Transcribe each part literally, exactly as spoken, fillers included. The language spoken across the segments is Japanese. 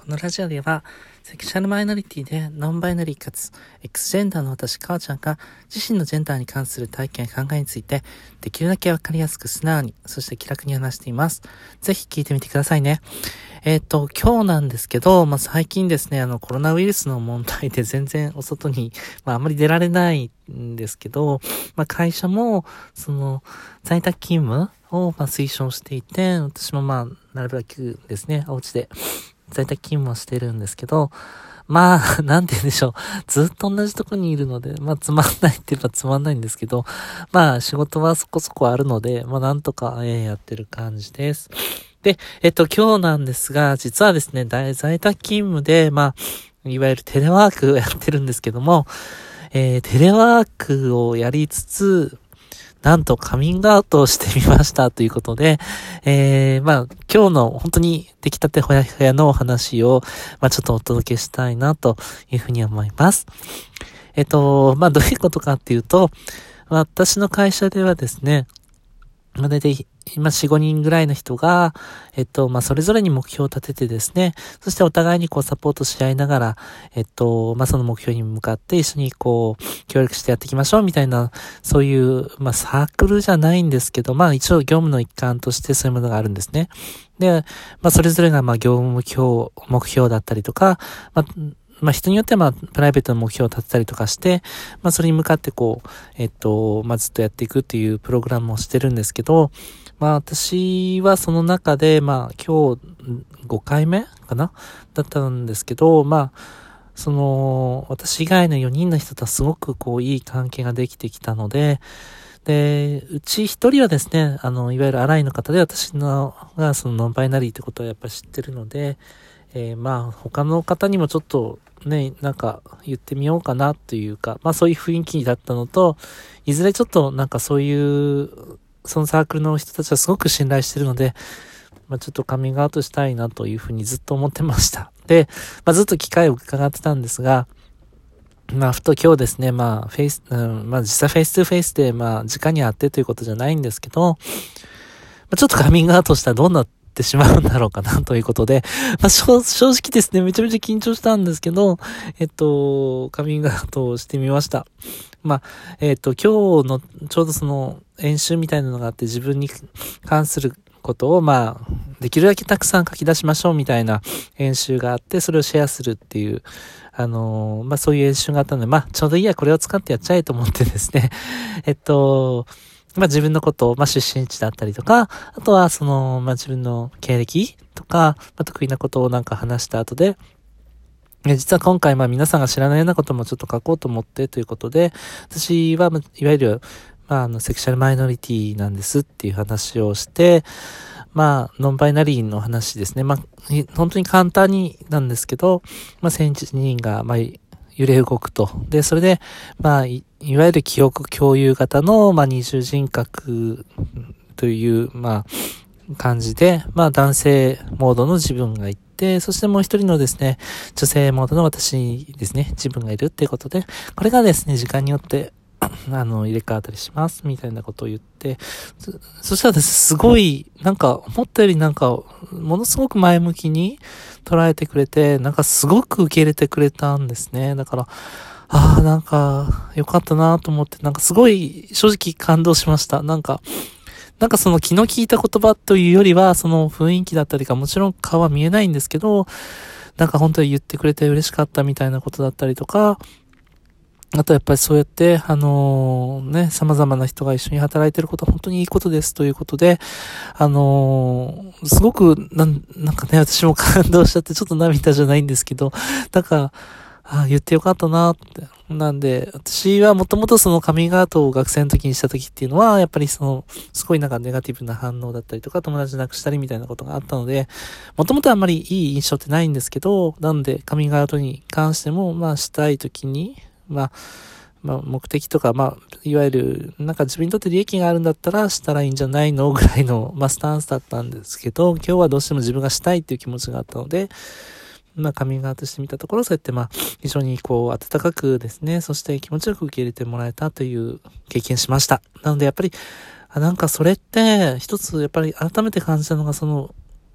このラジオではセクシャルマイノリティでノンバイナリーかつ X ジェンダーの私かおちゃんが自身のジェンダーに関する体験や考えについてできるだけわかりやすく素直にそして気楽に話しています。ぜひ聞いてみてくださいね。えっと今日なんですけど、まあ、最近ですねあのコロナウイルスの問題で全然お外に、まあ、あまり出られないんですけど、まあ、会社もその在宅勤務をまあ推奨していて、私もまあなるべくですねお家で在宅勤務をしてるんですけど、まあ、なんて言うんでしょう。ずっと同じとこにいるので、まあ、つまんないって言えばつまんないんですけど、まあ、仕事はそこそこあるので、まあ、なんとか、えー、やってる感じです。で、えっと、今日なんですが、実はですね、在宅勤務で、まあ、いわゆるテレワークをやってるんですけども、えー、テレワークをやりつつ、なんとカミングアウトをしてみましたということで、えー、まあ、今日の本当に出来たてほやほやのお話を、まあ、ちょっとお届けしたいなというふうに思います。えっと、まあ、どういうことかっていうと、私の会社ではですね、まあ、大体今よん、ごにんぐらいの人が、えっと、まあ、それぞれに目標を立ててですね、そしてお互いにこうサポートし合いながら、えっと、まあ、その目標に向かって一緒にこう、協力してやっていきましょうみたいな、そういう、まあ、サークルじゃないんですけど、まあ、一応業務の一環としてそういうものがあるんですね。で、まあ、それぞれがまあ、業務目標、目標だったりとか、まあ、まあ人によってはまあプライベートの目標を立てたりとかして、まあそれに向かってこう、えっと、まあずっとやっていくっていうプログラムをしてるんですけど、まあ私はその中でまあ今日ごかいめかなだったんですけど、まあその私以外のよにんの人とはすごくこういい関係ができてきたので、で、うち一人はですね、あの、いわゆるアライの方で私のがそのノンバイナリーってことはやっぱり知ってるので、えー、まあ他の方にもちょっとね、なんか言ってみようかなというか、まあそういう雰囲気だったのと、いずれちょっとなんかそういう、そのサークルの人たちはすごく信頼してるので、まあちょっとカミングアウトしたいなというふうにずっと思ってました。で、まあずっと機会を伺ってたんですが、まあふと今日ですね、まあフェイス、うん、まあ実際フェイストゥフェイスでまあ直に会ってということじゃないんですけど、まあ、ちょっとカミングアウトしたらどんなってしまうんだろうかなということで、まあ、正, 正直ですね、めちゃめちゃ緊張したんですけど、えっと、カミングアウトをしてみました。まあ、えっと、今日のちょうどその演習みたいなのがあって自分に関することをまあ、できるだけたくさん書き出しましょうみたいな演習があって、それをシェアするっていう、あのー、まあそういう演習があったので、まあちょうどいいや、これを使ってやっちゃえと思ってですね、えっと、まあ自分のことを、まあ出身地だったりとか、あとはその、まあ自分の経歴とか、まあ得意なことをなんか話した後で、実は今回まあ皆さんが知らないようなこともちょっと書こうと思ってということで、私はいわゆる、まああのセクシャルマイノリティなんですっていう話をして、まあノンバイナリーの話ですね。まあ本当に簡単になんですけど、まあ先人がまあ揺れ動くと。で、それで、まあ、い, いわゆる記憶共有型の、まあ、二重人格という、まあ、感じで、まあ、男性モードの自分がいて、そしてもう一人のですね、女性モードの私ですね、自分がいるっていうことで、これがですね、時間によって、あの、入れ替わったりします、みたいなことを言って、そ, そしたらですね、すごい、なんか、思ったよりなんか、ものすごく前向きに捉えてくれて、なんかすごく受け入れてくれたんですね。だから、ああ、なんか、よかったなと思って、なんかすごい、正直感動しました。なんか、なんかその気の利いた言葉というよりは、その雰囲気だったりか、もちろん顔は見えないんですけど、なんか本当に言ってくれて嬉しかったみたいなことだったりとか、あとやっぱりそうやって、あのー、ね、様々な人が一緒に働いてることは本当にいいことですということで、あのー、すごくなん、なんかね、私も感動しちゃってちょっと涙じゃないんですけど、なんか、あ言ってよかったなって。なんで、私はもともとそのカミングアウトを学生の時にした時っていうのは、やっぱりその、すごいなんかネガティブな反応だったりとか、友達なくしたりみたいなことがあったので、もともとあんまりいい印象ってないんですけど、なんでカミングアウトに関しても、まあしたい時に、まあ、まあ、目的とか、まあ、いわゆる、なんか自分にとって利益があるんだったらしたらいいんじゃないのぐらいの、まあ、スタンスだったんですけど、今日はどうしても自分がしたいっていう気持ちがあったので、まあ、カミングアウトしてみたところ、そうやって、まあ、非常にこう、温かくですね、そして気持ちよく受け入れてもらえたという経験しました。なので、やっぱり、あなんかそれって、一つ、やっぱり改めて感じたのが、その、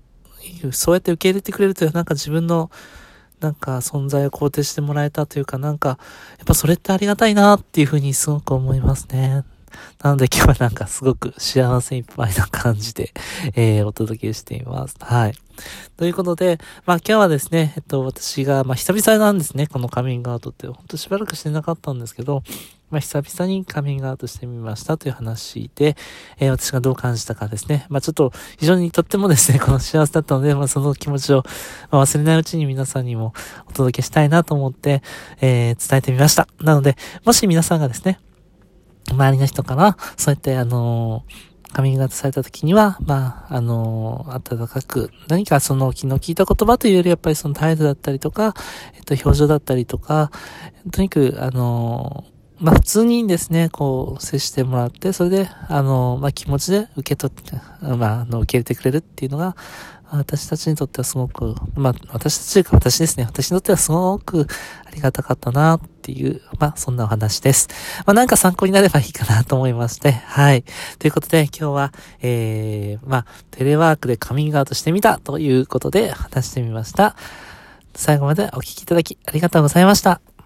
そうやって受け入れてくれるというなんか自分のなんか存在を肯定してもらえたというか、なんかやっぱそれってありがたいなっていうふうにすごく思いますね。なので今日はなんかすごく幸せいっぱいな感じで、えー、お届けしています。はい。ということで、まあ今日はですね、えっと私が、まあ久々なんですね、このカミングアウトって、ほんとしばらくしてなかったんですけど、まあ久々にカミングアウトしてみましたという話で、えー、私がどう感じたかですね。まあちょっと非常にとってもですね、この幸せだったので、まあその気持ちを、まあ、忘れないうちに皆さんにもお届けしたいなと思って、えー、伝えてみました。なので、もし皆さんがですね、周りの人から、そうやって、あのー、カミングアウトされた時には、まあ、あのー、温かく、何かその、昨日聞いた言葉というより、やっぱりその態度だったりとか、えっと、表情だったりとか、とにかく、あのー、まあ、普通にですね、こう、接してもらって、それで、あのー、まあ、気持ちで受け取って、まあ、あの、受け入れてくれるっていうのが、私たちにとってはすごく、まあ、私たちというか私ですね。私にとってはすごくありがたかったなっていう、まあ、そんなお話です。まあ、なんか参考になればいいかなと思いまして、はい。ということで、今日は、えー、まあ、テレワークでカミングアウトしてみたということで話してみました。最後までお聞きいただきありがとうございました。